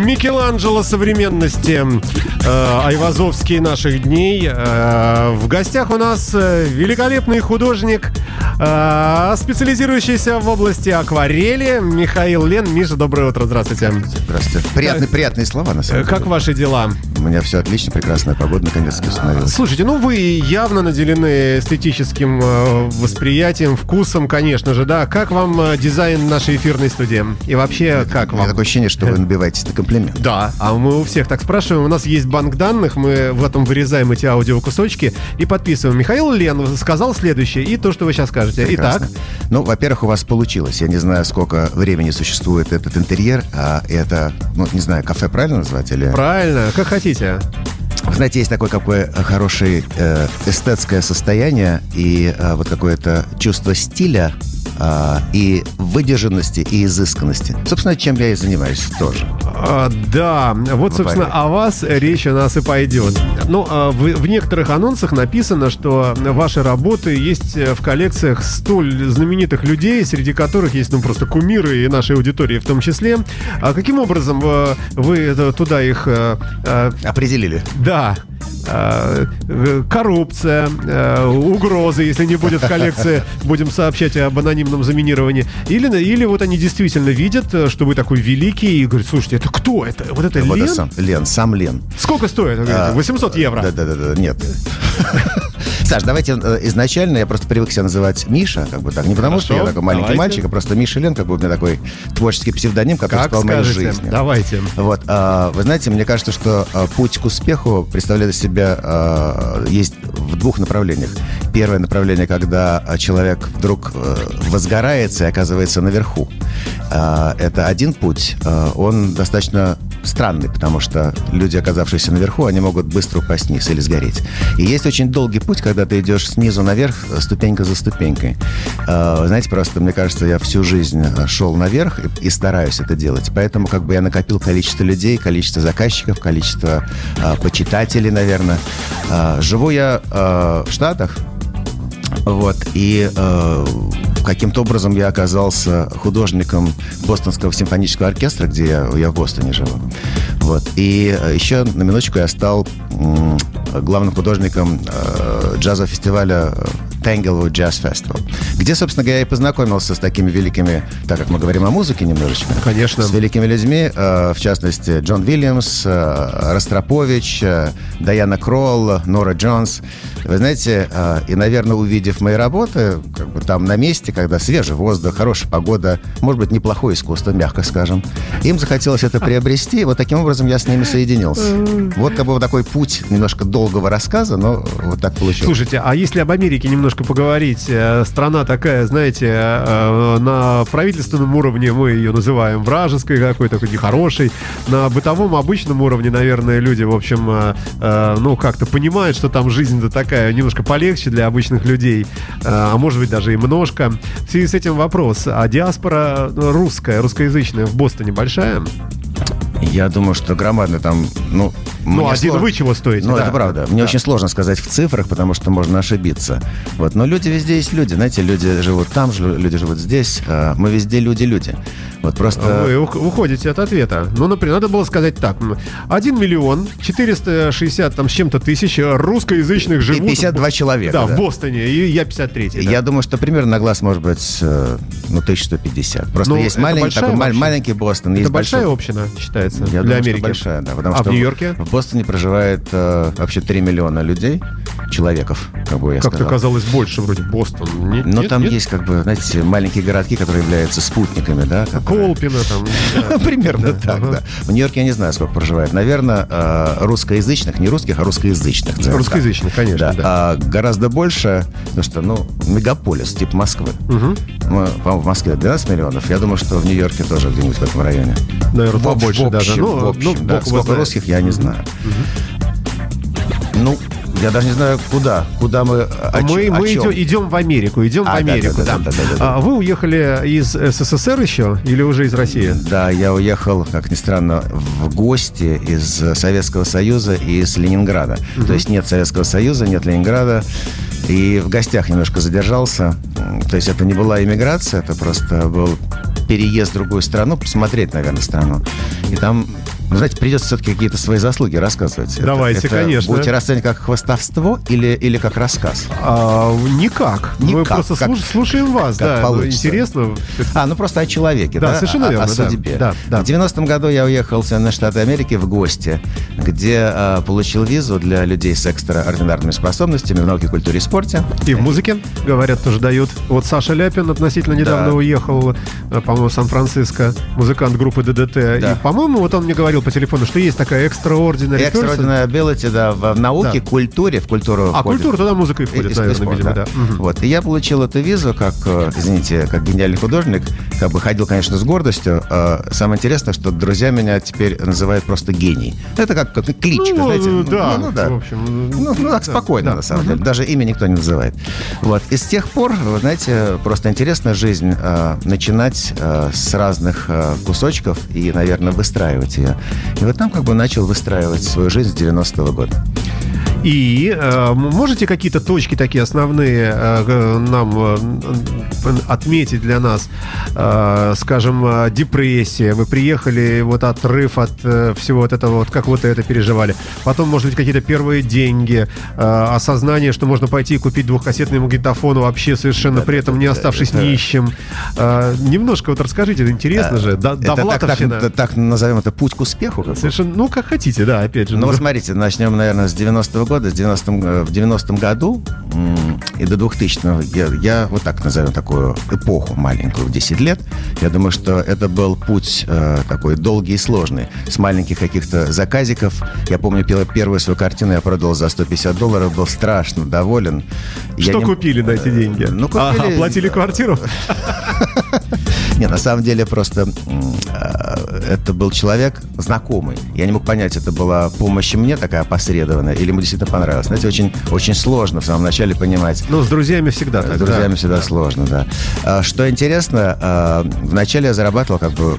Микеланджело современности, Айвазовский наших дней. В гостях у нас великолепный художник, специализирующийся в области акварели, Михаил Лен. Миша, доброе утро, здравствуйте. Здравствуйте. Приятные слова, на самом деле. Как ваши дела? У меня все отлично, прекрасная погода наконец-то установилась. Слушайте, ну вы явно наделены эстетическим восприятием, вкусом, конечно же, да. Как вам дизайн нашей эфирной студии? И вообще, как вам? У меня такое ощущение, что вы набиваетесь на комплимент. Да, а мы у всех так спрашиваем. У нас есть банк данных, мы в этом вырезаем эти аудиокусочки и подписываем. Михаил Лен сказал следующее, и то, что вы сейчас скажете. Прекрасно. Итак. Ну, во-первых, у вас получилось. Я не знаю, сколько времени существует этот интерьер. Это, ну, не знаю, кафе правильно назвать? Или... Правильно, как хотите. Вы знаете, есть такое хорошее эстетское состояние и вот какое-то чувство стиля и выдержанности, и изысканности. Собственно, чем я и занимаюсь тоже. Да, вот, собственно, о вас речь у нас и пойдет. Ну, в некоторых анонсах написано, что ваши работы есть в коллекциях столь знаменитых людей, среди которых есть, ну, просто кумиры и нашей аудитории в том числе. А каким образом вы туда их... Определили? Да. Коррупция, угрозы, если не будет в коллекции, будем сообщать об анонимном заминировании. Или вот они действительно видят, что вы такой великий, и говорят: слушайте, это кто? Это вот это вот Лен? Сам Лен. Сколько стоит? 800 евро. Да, нет. Саш, давайте изначально я просто привык себя называть Миша, как бы так. Не потому, что я такой маленький мальчик, а просто Миша Лен, как бы у меня такой творческий псевдоним, который стал моей жизнью. Давайте. Вот, вы знаете, мне кажется, что путь к успеху представляет из себя есть в двух направлениях. Первое направление, когда человек вдруг возгорается и оказывается наверху. Это один путь. Он достаточно странный, потому что люди, оказавшиеся наверху, они могут быстро упасть вниз или сгореть. И есть очень долгий путь, когда ты идешь снизу наверх, ступенька за ступенькой. Знаете, просто, мне кажется, я всю жизнь шел наверх и стараюсь это делать. Поэтому как бы я накопил количество людей, количество заказчиков, количество почитателей, наверное. Живу я в Штатах, вот, и каким-то образом я оказался художником Бостонского симфонического оркестра, где я в Бостоне живу. Вот. И еще на минуточку я стал главным художником джазового фестиваля Tanglewood Jazz Festival, где, собственно говоря, я и познакомился с такими великими, так как мы говорим о музыке немножечко. Конечно. С великими людьми, в частности, Джон Уильямс, Ростропович, Дайана Кролл, Нора Джонс. Вы знаете, и, наверное, увидев мои работы, как бы там на месте, когда свежий воздух, хорошая погода, может быть, неплохое искусство, мягко скажем, им захотелось это приобрести, и вот таким образом я с ними соединился. Вот как бы вот такой путь немножко долгого рассказа, но вот так получилось. Слушайте, а если об Америке немножко поговорить, страна такая, знаете, на правительственном уровне мы ее называем вражеской какой-то, такой нехорошей, на бытовом обычном уровне, наверное, люди, в общем, ну, как-то понимают, что там жизнь-то такая немножко полегче для обычных людей, а может быть даже и немножко. В связи с этим вопрос: а диаспора русскоязычная в Бостоне большая? Я думаю, что громадно там, ну, один вы чего стоите? Ну, да. это правда. Мне очень сложно сказать в цифрах, потому что можно ошибиться. Вот. Но люди везде есть люди. Знаете, люди живут там, люди живут здесь. Мы везде люди. Вот просто... Вы уходите от ответа. Ну, например, надо было сказать так: 1 миллион 460 там с чем-то тысяч русскоязычных живут... И 52 человека. Да, в Бостоне. И я 53-й. Я думаю, что примерно на глаз может быть 1150. Просто есть маленький Бостон. Это большая община, считается, я для думаю, Америки? Что большая, да. Потому что в Нью-Йорке? В Бостоне проживает вообще 3 миллиона людей, человеков, как бы я сказал. Как-то казалось больше вроде Бостон. Но там есть, как бы, знаете, маленькие городки, которые являются спутниками, да? Колпино там. Примерно так, да. В Нью-Йорке я не знаю, сколько проживает. Наверное, русскоязычных, не русских, а русскоязычных. Русскоязычных, конечно, да. А гораздо больше, потому что, мегаполис, типа Москвы. Мы, по-моему, в Москве 12 миллионов. Я думаю, что в Нью-Йорке тоже где-нибудь в этом районе. Наверное, побольше даже. В общем, да. Сколько русских, я не знаю. Ну, я даже не знаю, куда мы идем в Америку. Да. Вы уехали из СССР еще или уже из России? Да, я уехал, как ни странно, в гости из Советского Союза и из Ленинграда. То есть нет Советского Союза, нет Ленинграда. И в гостях немножко задержался. То есть это не была иммиграция, это просто был переезд в другую страну, посмотреть, наверное, страну. И там Ну, знаете, придется все-таки какие-то свои заслуги рассказывать. Давайте, конечно. Будете расценивать как хвастовство или как рассказ? Никак. Мы просто слушаем вас. Как получится. Интересно. Ну просто о человеке, да? Совершенно верно. О судьбе. Да. В 90-м году я уехал в Соединенные Штаты Америки в гости, где получил визу для людей с экстраординарными способностями в науке, культуре и спорте. И в музыке, говорят, тоже дают. Вот Саша Ляпин относительно недавно уехал, по-моему, в Сан-Франциско, музыкант группы ДДТ. Да. И, по-моему, вот он мне говорил по телефону, что есть такая extraordinary ability, да, в науке, культуре, в культуру. Культура туда музыка и входит, наверное, видимо, да. Вот. И я получил эту визу как, извините, как гениальный художник, как бы ходил, конечно, с гордостью. Самое интересное, что друзья меня теперь называют просто гений. Это как кличка, знаете. Да. В общем, так спокойно, на самом деле. Даже имя никто не называет. Вот. И с тех пор, вы знаете, просто интересна жизнь начинать с разных кусочков и, наверное, выстраивать ее. И вот там как бы начал выстраивать свою жизнь с 90-го года. И можете какие-то точки такие основные нам отметить для нас? Скажем, депрессия. Вы приехали, вот отрыв от всего вот этого, вот как вот это переживали. Потом, может быть, какие-то первые деньги, осознание, что можно пойти и купить двухкассетный магнитофон, вообще совершенно при этом не оставшись нищим. Немножко вот расскажите, это интересно же. Это так назовем это путь к успеху? Совершенно, как хотите, да, опять же. Ну, вот смотрите, начнем, наверное, с 90-го года. В 90-м году и до 2000-го я вот так назовем такую эпоху маленькую, в 10 лет. Я думаю, что это был путь такой долгий и сложный. С маленьких каких-то заказиков. Я помню, первую свою картину я продал за $150, был страшно доволен. Что купили на эти деньги? Купили... Оплатили квартиру? Нет, на самом деле просто это был человек знакомый. Я не мог понять, это была помощь мне такая опосредованная, или ему действительно понравилось. Знаете, очень, очень сложно в самом начале понимать. Ну, с друзьями всегда так. С друзьями всегда сложно, да. Что интересно, вначале я зарабатывал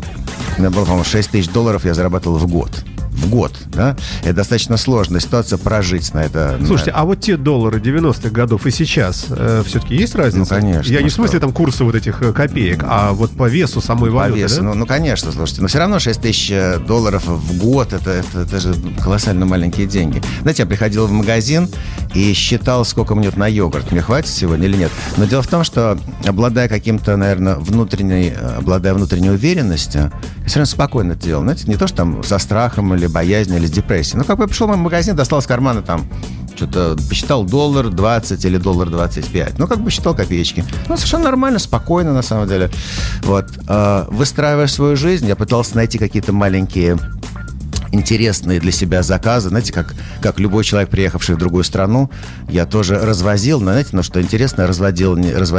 у меня было, по-моему, $6000 я зарабатывал в год. В год, да? Это достаточно сложная ситуация прожить на это. Слушайте, а вот те доллары 90-х годов и сейчас все-таки есть разница? Ну, конечно. Я не в смысле там курса вот этих копеек, а вот по весу самой валюты, по весу, да? Ну, конечно, слушайте. Но все равно $6000 в год, это же колоссально маленькие деньги. Знаете, я приходил в магазин и считал, сколько мне на йогурт. Мне хватит сегодня или нет? Но дело в том, что обладая каким-то, наверное, внутренней уверенностью, я все равно спокойно это делал. Знаете, не то, что там со страхом или боязнью, или с депрессией. Ну, как бы я пришел в магазин, достал из кармана там что-то, посчитал $1.20 или $1.25. Ну, как бы считал копеечки. Ну, совершенно нормально, спокойно, на самом деле. Вот. Выстраивая свою жизнь, я пытался найти какие-то маленькие интересные для себя заказы. Знаете, как любой человек, приехавший в другую страну, я тоже развозил, но, знаете, что интересно, развозил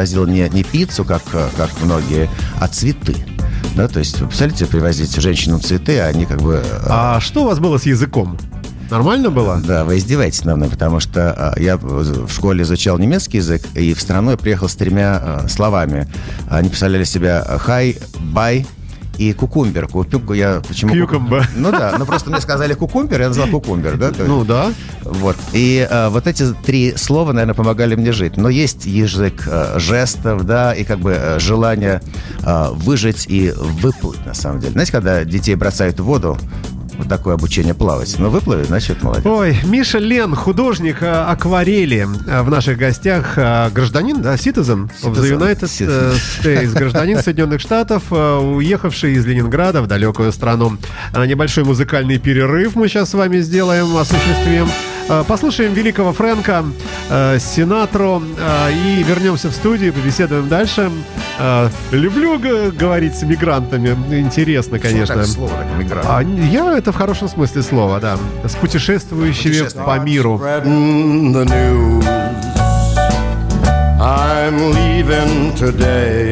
не пиццу, как многие, а цветы. Да, то есть, вы представляете, привозить женщинам цветы, а они как бы... А что у вас было с языком? Нормально было? Да, вы издеваетесь надо мной, потому что я в школе изучал немецкий язык, и в страну я приехал с 3 словами. Они представляли себя «хай», «бай» и кукумбер. Кьюкумбер. Ну да, просто мне сказали кукумбер, я назвал кукумбер, да? Ну да. Вот. И вот эти 3 слова, наверное, помогали мне жить. Но есть язык жестов, да, и как бы желание выжить и выплыть, на самом деле. Знаете, когда детей бросают в воду, вот такое обучение плавать. Но выплывет, значит, молодец. Ой, Миша Лен, художник акварели, в наших гостях. Гражданин, да, citizen of the United States. Гражданин Соединенных Штатов, уехавший из Ленинграда в далекую страну. Небольшой музыкальный перерыв мы сейчас с вами сделаем, осуществим. Послушаем великого Фрэнка Синатру и вернемся в студию, побеседуем дальше. Люблю говорить с мигрантами. Интересно, конечно. Что так слово, мигрант? Я это в хорошем смысле слова, да. С путешествующими по миру. I'm leaving today.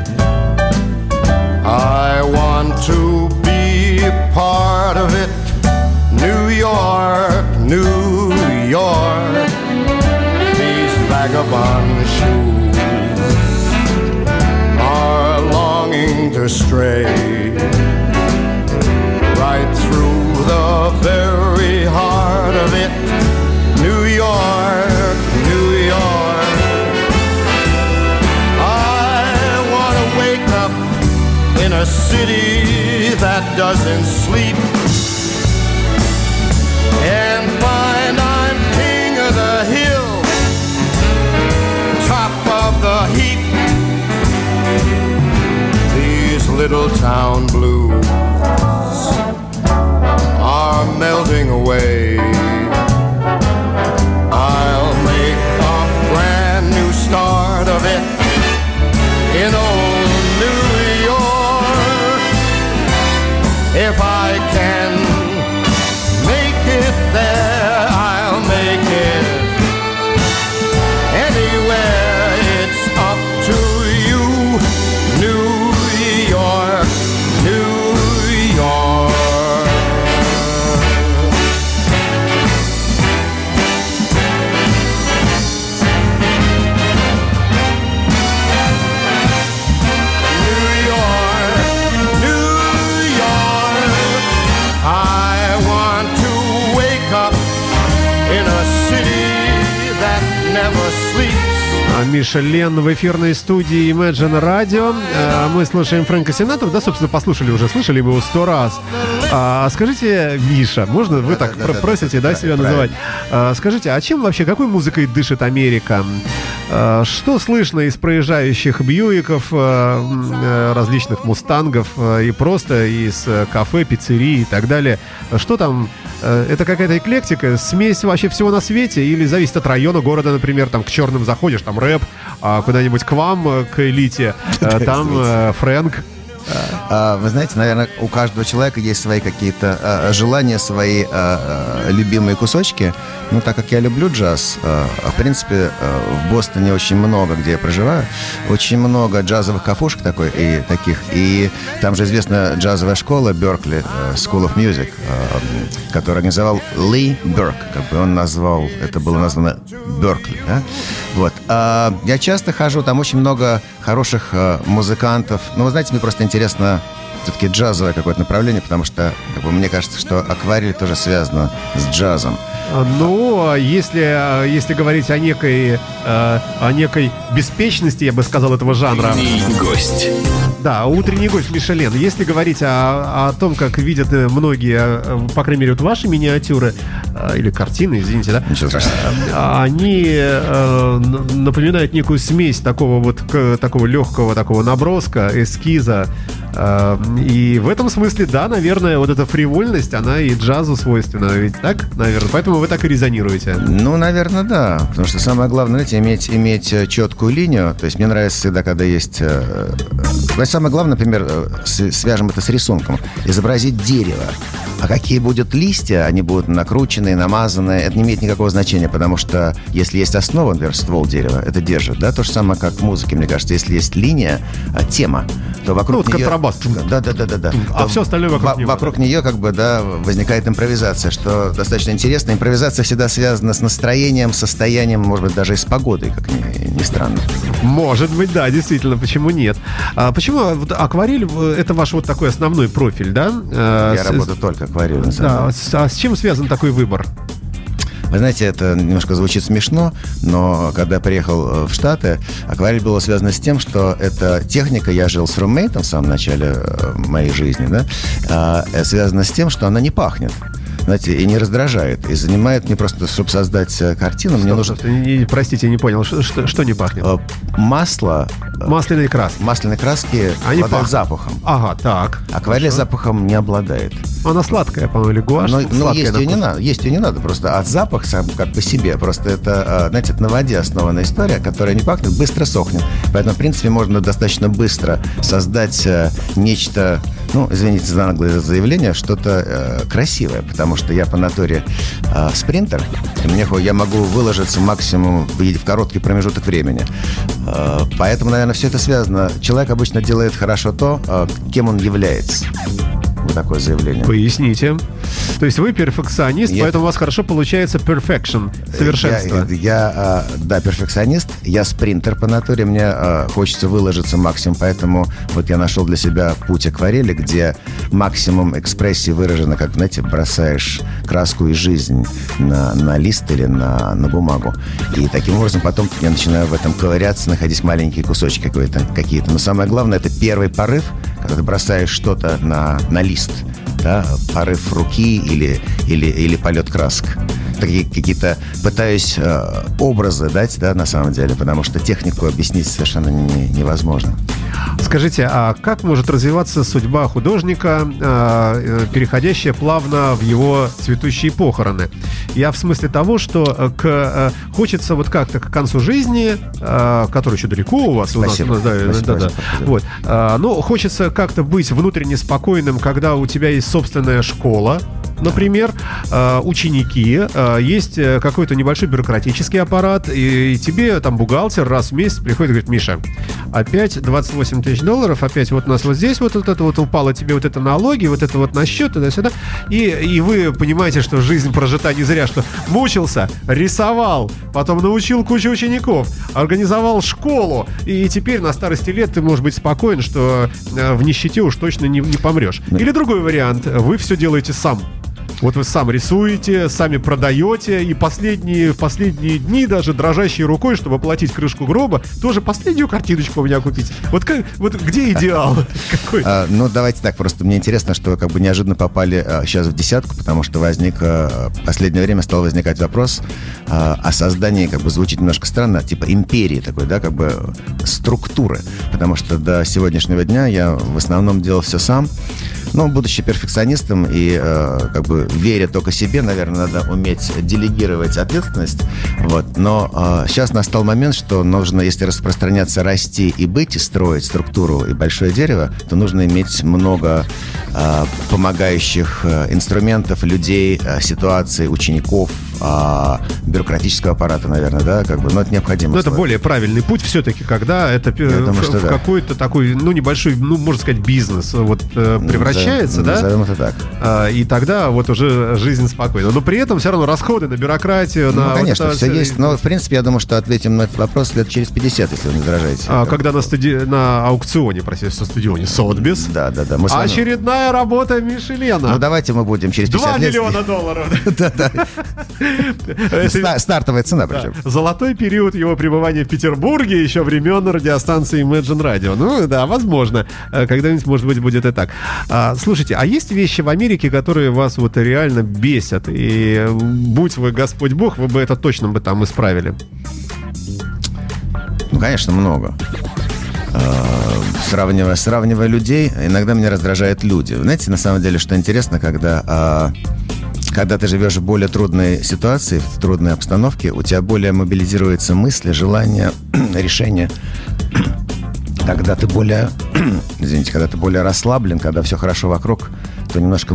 I want to be part of it. New York, New York, these vagabond shoes are longing to stray right through the very heart of it. New York, New York, I want to wake up in a city that doesn't sleep. little town blues are melting away. I'll make a brand new start of it in old New York. If I can make it there, I'll make it anywhere. It's up to you, New York, New York. Мишелен в эфирной студии Imagine Radio. Мы слушаем Фрэнка Синатру. Да, собственно, послушали уже, слышали мы его 100 раз. Скажите, Миша, можно вы так просите, да, себя называть? Скажите, а чем вообще, какой музыкой дышит Америка? Что слышно из проезжающих Бьюиков, различных Мустангов и просто из кафе, пиццерий и так далее? Что там? Это какая-то эклектика, смесь вообще всего на свете? Или зависит от района города, например, там к черным заходишь, там рэп, а куда-нибудь к вам, к элите, там Фрэнк? Вы знаете, наверное, у каждого человека есть свои какие-то желания, свои любимые кусочки. Ну, так как я люблю джаз, в принципе, в Бостоне очень много, где я проживаю, очень много джазовых кафушек таких. И там же известна джазовая школа Беркли, School of Music, которую организовал Ли Берк, как бы он назвал, это было названо Беркли. Да? Вот. Я часто хожу, там очень много хороших музыкантов. Но вы знаете, мне просто интересно все-таки джазовое какое-то направление, потому что мне кажется, что акварель тоже связано с джазом. Ну, если говорить о некой беспечности, я бы сказал, этого жанра. Утренний гость. Да, утренний гость Мишелен. Если говорить о том, как видят многие, по крайней мере, вот ваши миниатюры или картины, извините, да? Ничего страшного. Они напоминают некую смесь такого легкого такого наброска, эскиза. И в этом смысле, да, наверное, вот эта фривольность, она и джазу свойственна. Ведь так, наверное? Поэтому вы так и резонируете. Ну, наверное, да. Потому что самое главное, знаете, иметь четкую линию. То есть мне нравится всегда, когда есть... Самое главное, например, свяжем это с рисунком. Изобразить дерево. А какие будут листья, они будут накрученные, намазанные. Это не имеет никакого значения, потому что если есть основа, например, ствол дерева, это держит. Да? То же самое, как в музыке, мне кажется. Если есть линия, тема, то вокруг нее... контрабас. Да. А все остальное вокруг нее. Вокруг нее возникает импровизация, что достаточно интересно. Импровизация всегда связана с настроением, состоянием, может быть, даже и с погодой, как ни странно. Может быть, да, действительно, почему нет? Почему акварель — это ваш вот такой основной профиль, да? Я работаю только акварелью. Да, а с чем связан такой выбор? Вы знаете, это немножко звучит смешно, но когда я приехал в Штаты, акварель была связана с тем, что эта техника, я жил с руммейтом в самом начале моей жизни, да, связана с тем, что она не пахнет. Знаете, и не раздражает. И занимает мне просто, чтобы создать картину, мне нужно... Простите, я не понял, что не пахнет? Масло. Масляные краски. Масляные краски обладают запахом. Ага, так. Акварель запахом не обладает. Она сладкая, по-моему, или гуашь? Но есть ее не надо. Просто от запаха сам как по себе. Просто это, знаете, это на воде основанная история, которая не пахнет, быстро сохнет. Поэтому, в принципе, можно достаточно быстро создать нечто, извините за наглое заявление, что-то красивое. Потому что я по натуре спринтер. Я могу выложиться максимум в короткий промежуток времени. Поэтому, наверное, все это связано. Человек обычно делает хорошо то, кем он является. Вот такое заявление. Поясните. То есть вы перфекционист, поэтому у вас хорошо получается perfection, совершенство. Я перфекционист, я спринтер по натуре, мне хочется выложиться максимум, поэтому вот я нашел для себя путь акварели, где максимум экспрессии выражено, как, знаете, бросаешь краску и жизнь на лист или на бумагу. И таким образом потом я начинаю в этом ковыряться, находить маленькие кусочки какие-то. Но самое главное, это первый порыв, когда ты бросаешь что-то на лист. Да, порыв руки или полет красок. Такие какие-то пытаюсь образы дать, да, на самом деле, потому что технику объяснить совершенно невозможно. Скажите, а как может развиваться судьба художника, переходящая плавно в его цветущие похороны? Я в смысле того, что хочется вот как-то к концу жизни, который еще далеко у вас, Спасибо. да. Вот, но хочется как-то быть внутренне спокойным, когда у тебя есть собственная школа, например, ученики, есть какой-то небольшой бюрократический аппарат, и тебе там бухгалтер раз в месяц приходит и говорит: Миша, опять $28 тысяч, опять вот у нас вот здесь вот это вот упало, тебе вот это налоги, вот это вот на счет, туда-сюда. И вы понимаете, что жизнь прожита не зря, что мучился, рисовал, потом научил кучу учеников, организовал школу, и теперь на старости лет ты можешь быть спокоен, что в нищете уж точно не помрешь. Или другой вариант, вы все делаете сам. Вот вы сам рисуете, сами продаете, и последние дни даже дрожащей рукой, чтобы оплатить крышку гроба, тоже последнюю картиночку у меня купить. Вот где идеал? Какой? Ну, давайте так, просто мне интересно, что вы как бы неожиданно попали сейчас в десятку, потому что в последнее время стал возникать вопрос о создании, как бы звучит немножко странно, типа империи такой, да, как бы структуры. Потому что до сегодняшнего дня я в основном делал все сам. Но, будучи перфекционистом и как бы веря только себе, наверное, надо уметь делегировать ответственность. Вот. Но сейчас настал момент, что нужно, если распространяться, расти и быть, и строить структуру и большое дерево, то нужно иметь много помогающих инструментов, людей, ситуаций, учеников, бюрократического аппарата, наверное, да, как бы, но это необходимо. Но это более правильный путь все-таки, когда это в какой-то такой, небольшой, можно сказать, бизнес вот превращается, да? Назовем это так. И тогда вот уже жизнь спокойна. Но при этом все равно расходы на бюрократию, на... конечно, все есть. Но, в принципе, я думаю, что ответим на этот вопрос лет через 50, если вы не возражаете. Когда на аукционе, простите, со стадионе Сотбис. Да. Очередная работа Мишелена. Ну, давайте мы будем через 50 лет... $2 миллиона. Да. Стартовая цена, причем. Золотой период его пребывания в Петербурге, еще времен радиостанции Imagine Radio. Ну, да, возможно. Когда-нибудь, может быть, будет и так. Слушайте, а есть вещи в Америке, которые вас вот реально бесят? И будь вы Господь Бог, вы бы это точно бы там исправили? Ну, конечно, много. Сравнивая людей, иногда меня раздражают люди. Знаете, на самом деле, что интересно, когда ты живешь в более трудной ситуации, в трудной обстановке, у тебя более мобилизируются мысли, желания, решения. Когда ты более расслаблен, когда все хорошо вокруг, то немножко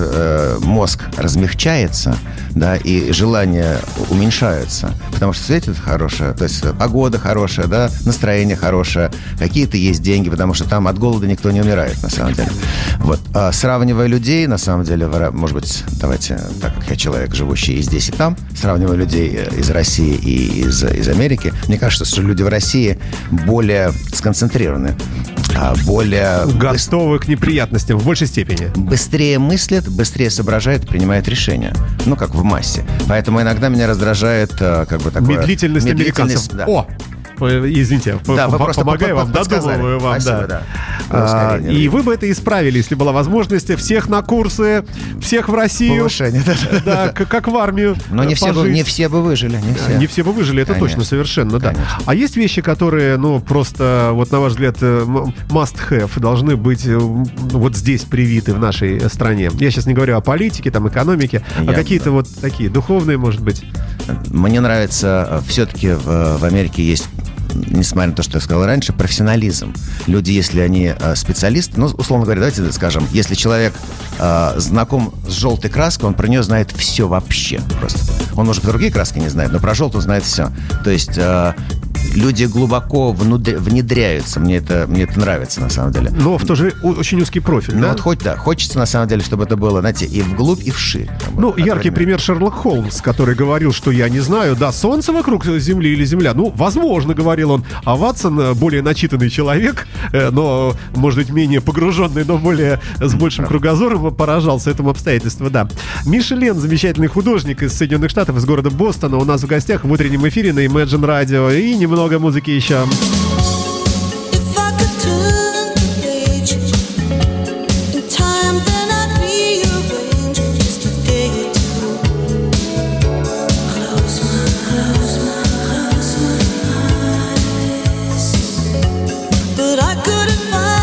мозг размягчается, да, и желания уменьшаются. Потому что светит хорошее, то есть погода хорошая, да, настроение хорошее, какие-то есть деньги, потому что там от голода никто не умирает, на самом деле. Вот. Сравнивая людей, на самом деле, может быть, давайте, так как я человек, живущий и здесь, и там, сравнивая людей из России и из Америки, мне кажется, что люди в России более сконцентрированы, более... Готовы к неприятностям в большей степени. Быстрее мыслят, быстрее соображают, принимают решения. Ну, как в массе. Поэтому иногда меня раздражает как бы такое... Медлительность американцев. Да. Извините, да, помогаю вам, додумываю вам. Спасибо, да. И вы бы это исправили, если была возможность всех на курсы, всех в Россию. Повышение, да, как в армию. Но не все бы выжили. Не все бы выжили, это точно, совершенно, да. А есть вещи, которые, просто, вот на ваш взгляд, must have, должны быть вот здесь привиты в нашей стране? Я сейчас не говорю о политике, там, экономике, а какие-то вот такие духовные, может быть. Мне нравится, все-таки в Америке есть, несмотря на то, что я сказал раньше, профессионализм. Люди, если они специалисты, условно говоря, давайте скажем, если человек знаком с желтой краской, он про нее знает все вообще просто. Он, может, про другие краски не знает, но про желтую знает все. То есть люди глубоко внедряются. Мне это нравится, на самом деле. Но в то же очень узкий профиль, да? Хочется, на самом деле, чтобы это было, знаете, и вглубь, и вширь. Яркий пример Шерлок Холмс, который говорил, что я не знаю, да, Солнце вокруг Земли или Земля. Возможно, говорил он. А Ватсон, более начитанный человек, но, может быть, менее погруженный, но с большим кругозором, поражался этому обстоятельству, да. Мишелен, замечательный художник из Соединенных Штатов, из города Бостона, у нас в гостях в утреннем эфире на Imagine Radio. И немного музыки еще. But I couldn't find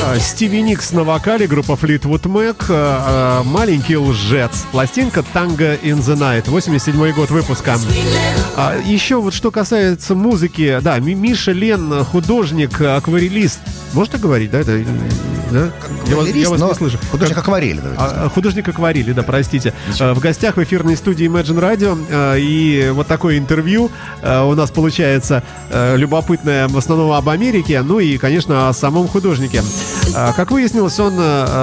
Стиви Никс на вокале, группа Fleetwood Mac, «Маленький лжец». Пластинка «Tango in the Night», 87-й год выпуска. Еще вот что касается музыки, да, Миша Лен, художник, акварелист. Можно так говорить, да? Это, да? Я вас не слышу. Художник акварели. Художник акварели, да, простите. В гостях в эфирной студии Imagine Radio. И вот такое интервью у нас получается любопытное, в основном об Америке, ну и, конечно, о самом художнике. Как выяснилось, он...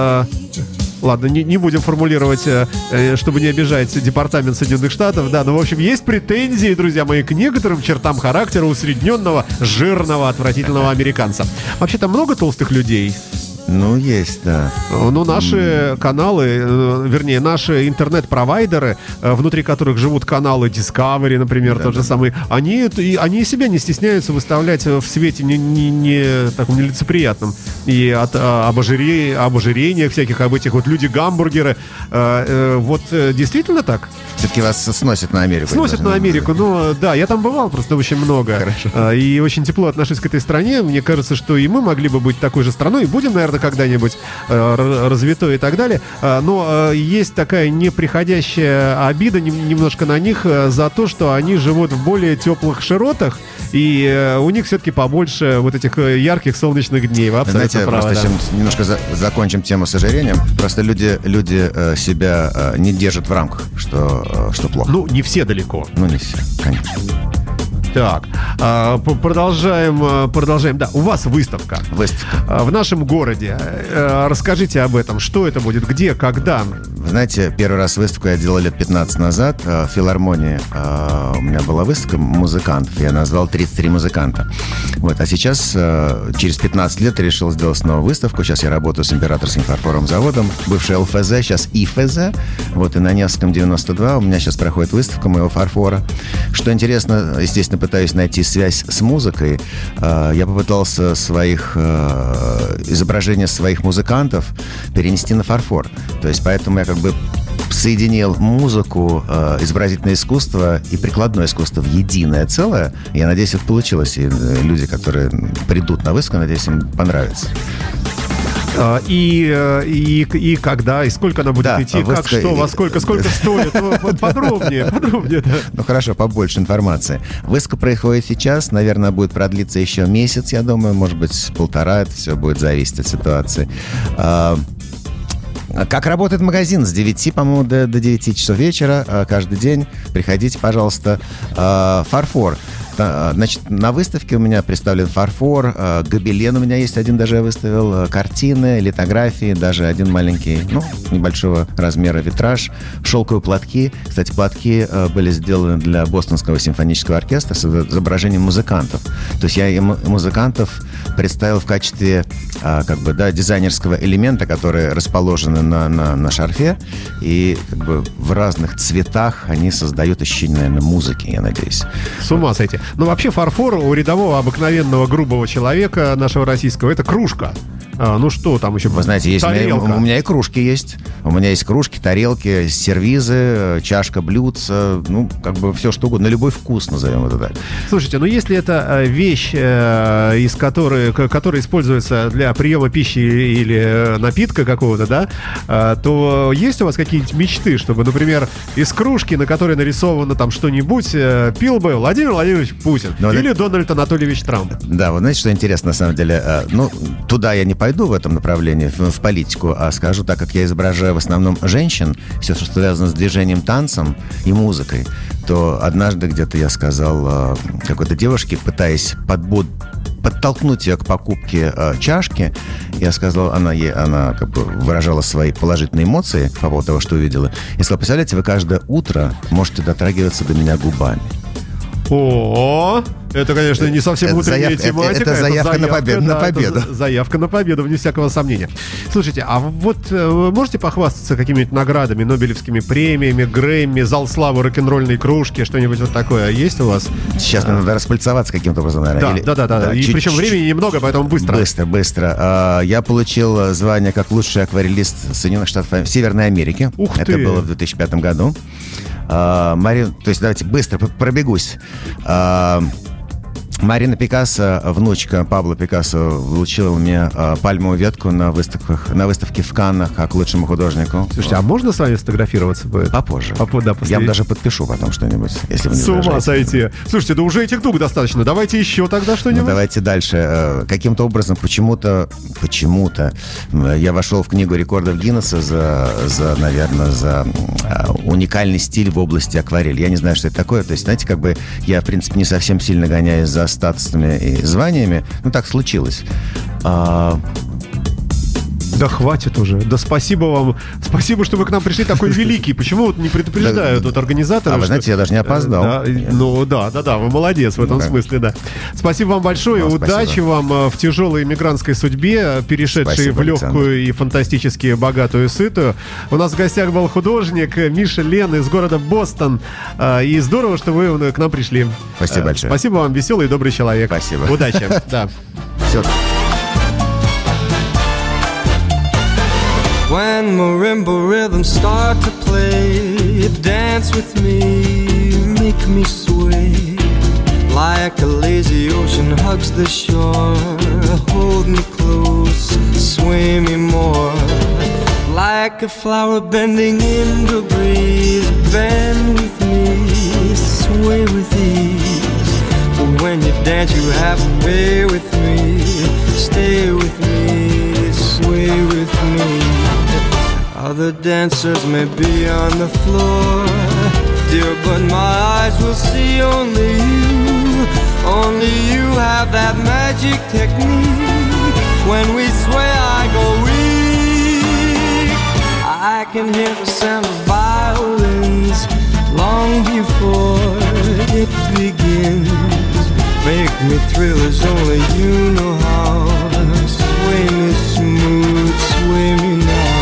Ладно, не будем формулировать, чтобы не обижать Департамент Соединенных Штатов, да, но, в общем, есть претензии, друзья мои, к некоторым чертам характера усредненного, жирного, отвратительного американца. Вообще, там много толстых людей? Ну, есть, да. Ну, наши каналы, вернее, наши интернет-провайдеры, внутри которых живут каналы Discovery, например, тот же самый, они себя не стесняются выставлять в свете не таком нелицеприятном. И об ожирениях всяких, об этих вот люди-гамбургеры. Вот действительно так? Все-таки вас сносят на Америку. Сносят на Америку, ну да, я там бывал просто очень много. Хорошо. И очень тепло отношусь к этой стране. Мне кажется, что и мы могли бы быть такой же страной, и будем, наверное, когда-нибудь развитой и так далее. Но есть такая неприходящая обида немножко на них за то, что они живут в более теплых широтах, и у них все-таки побольше вот этих ярких солнечных дней. Вы абсолютно знаете, правы, просто да. немножко закончим тему с ожирением. Просто люди себя не держат в рамках, что плохо. Ну, не все далеко. Ну, не все, конечно. Так, продолжаем. Да, у вас выставка. В нашем городе. Расскажите об этом. Что это будет? Где? Когда? Вы знаете, первый раз выставку я делал лет 15 назад в филармонии. У меня была выставка музыкантов. Я назвал 33 музыканта. Вот. А сейчас, через 15 лет, я решил сделать снова выставку. Сейчас я работаю с Императорским фарфоровым заводом. Бывший ЛФЗ, сейчас ИФЗ. Вот, и на Невском 92 у меня сейчас проходит выставка моего фарфора. Что интересно, естественно, пытаюсь найти связь с музыкой. Я попытался изображения своих музыкантов перенести на фарфор. То есть поэтому я как бы соединил музыку, изобразительное искусство и прикладное искусство в единое целое. Я надеюсь, это получилось. И люди, которые придут на выставку, надеюсь, им понравится. И когда, и сколько она будет идти, как, что, во сколько стоит, подробнее. Да. Ну хорошо, побольше информации. Выставка происходит сейчас, наверное, будет продлиться еще месяц, я думаю, может быть, полтора, это все будет зависеть от ситуации. Как работает магазин? С 9, по-моему, до 9 часов вечера каждый день. Приходите, пожалуйста. Фарфор. Значит, на выставке у меня представлен фарфор, гобелен у меня есть один, даже я выставил, картины, литографии, даже один маленький, небольшого размера витраж, шелковые платки. Кстати, платки были сделаны для Бостонского симфонического оркестра с изображением музыкантов. То есть я музыкантов представил в качестве дизайнерского элемента, которые расположены на шарфе, и как бы в разных цветах они создают ощущение, наверное, музыки, я надеюсь. С ума сойти. Ну, вообще, фарфор у рядового, обыкновенного, грубого человека нашего российского — это кружка. Ну, что там еще? Вы знаете, у меня и кружки есть. У меня есть кружки, тарелки, сервизы, чашка, блюдца, все что угодно. На любой вкус, назовем это так. Слушайте, если это вещь, которая используется для приема пищи или напитка какого-то, да, то есть у вас какие-нибудь мечты, чтобы, например, из кружки, на которой нарисовано там что-нибудь, пил бы Владимир Владимирович Путин или Дональд Анатольевич Трамп? Да, вы знаете, что интересно, на самом деле? Туда я не пойду в этом направлении, в политику, а скажу, так как я изображаю в основном женщин, все, что связано с движением, танцем и музыкой, то однажды где-то я сказал какой-то девушке, пытаясь подтолкнуть ее к покупке чашки, я сказал, она как бы выражала свои положительные эмоции по поводу того, что увидела. Я сказал, представляете, вы каждое утро можете дотрагиваться до меня губами. О, это, конечно, не совсем утренняя тематика. Это заявка на победу. Заявка на победу, вне всякого сомнения. Слушайте, а вот вы можете похвастаться какими-нибудь наградами, нобелевскими премиями, Грэмми, зал славы рок-н-ролльной кружки, что-нибудь вот такое есть у вас? Сейчас мне надо распыльцоваться каким-то образом, наверное. Да. И причем времени немного, поэтому быстро. Быстро. Я получил звание как лучший акварелист Соединенных Штатов Северной Америки. Ух ты! Это было в 2005 году. То есть давайте быстро пробегусь. Марина Пикассо, внучка Пабло Пикассо, вручила мне пальмовую ветку на выставке в Каннах как лучшему художнику. Слушайте, а можно с вами сфотографироваться будет? Попозже. Да, после... Я вам даже подпишу потом что-нибудь, если вы не С ума возражаете. сойти. Слушайте, да уже этих двух достаточно. Давайте еще тогда что-нибудь. Ну, давайте дальше. Каким-то образом, почему-то я вошел в книгу рекордов Гиннесса наверное, за уникальный стиль в области акварели. Я не знаю, что это такое. То есть, знаете, как бы я, в принципе, не совсем сильно гоняюсь за статусами и званиями. Ну, так случилось. Да хватит уже. Да спасибо вам. Спасибо, что вы к нам пришли такой великий. Почему вот не предупреждают вот организаторы? А вы знаете, я даже не опоздал. Да, вы молодец в этом смысле, да. Спасибо вам большое. Удачи вам в тяжелой иммигрантской судьбе, перешедшей в легкую и фантастически богатую и сытую. У нас в гостях был художник Миша Лен из города Бостон. И здорово, что вы к нам пришли. Спасибо большое. Спасибо вам, веселый и добрый человек. Спасибо. Удачи. Да. Все. When marimba rhythms start to play, dance with me, make me sway. Like a lazy ocean hugs the shore, hold me close, sway me more. Like a flower bending in the breeze, bend with me, sway with ease. But when you dance you have to be with me, stay with me, sway with me. Other dancers may be on the floor, dear, but my eyes will see only you. Only you have that magic technique. When we sway I go weak. I can hear the sound of violins long before it begins. Make me thrill as only you know how. Sway me smooth, sway me now.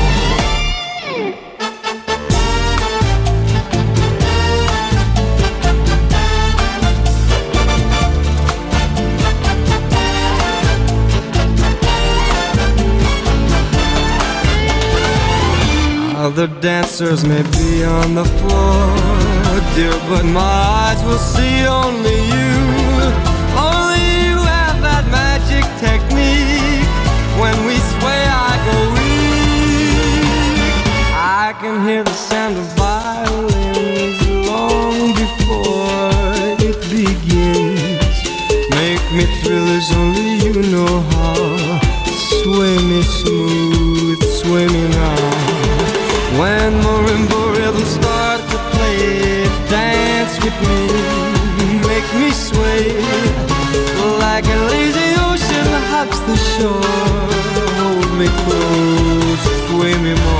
Other dancers may be on the floor, dear, but my eyes will see only you. Only you have that magic technique. When we sway I go weak. I can hear the sound of violins long before it begins. Make me thrill as only you know how. Sway me smooth, sway me now. When marimba rhythms start to play, dance with me, make me sway. Like a lazy ocean hugs the shore, hold me close, sway me more.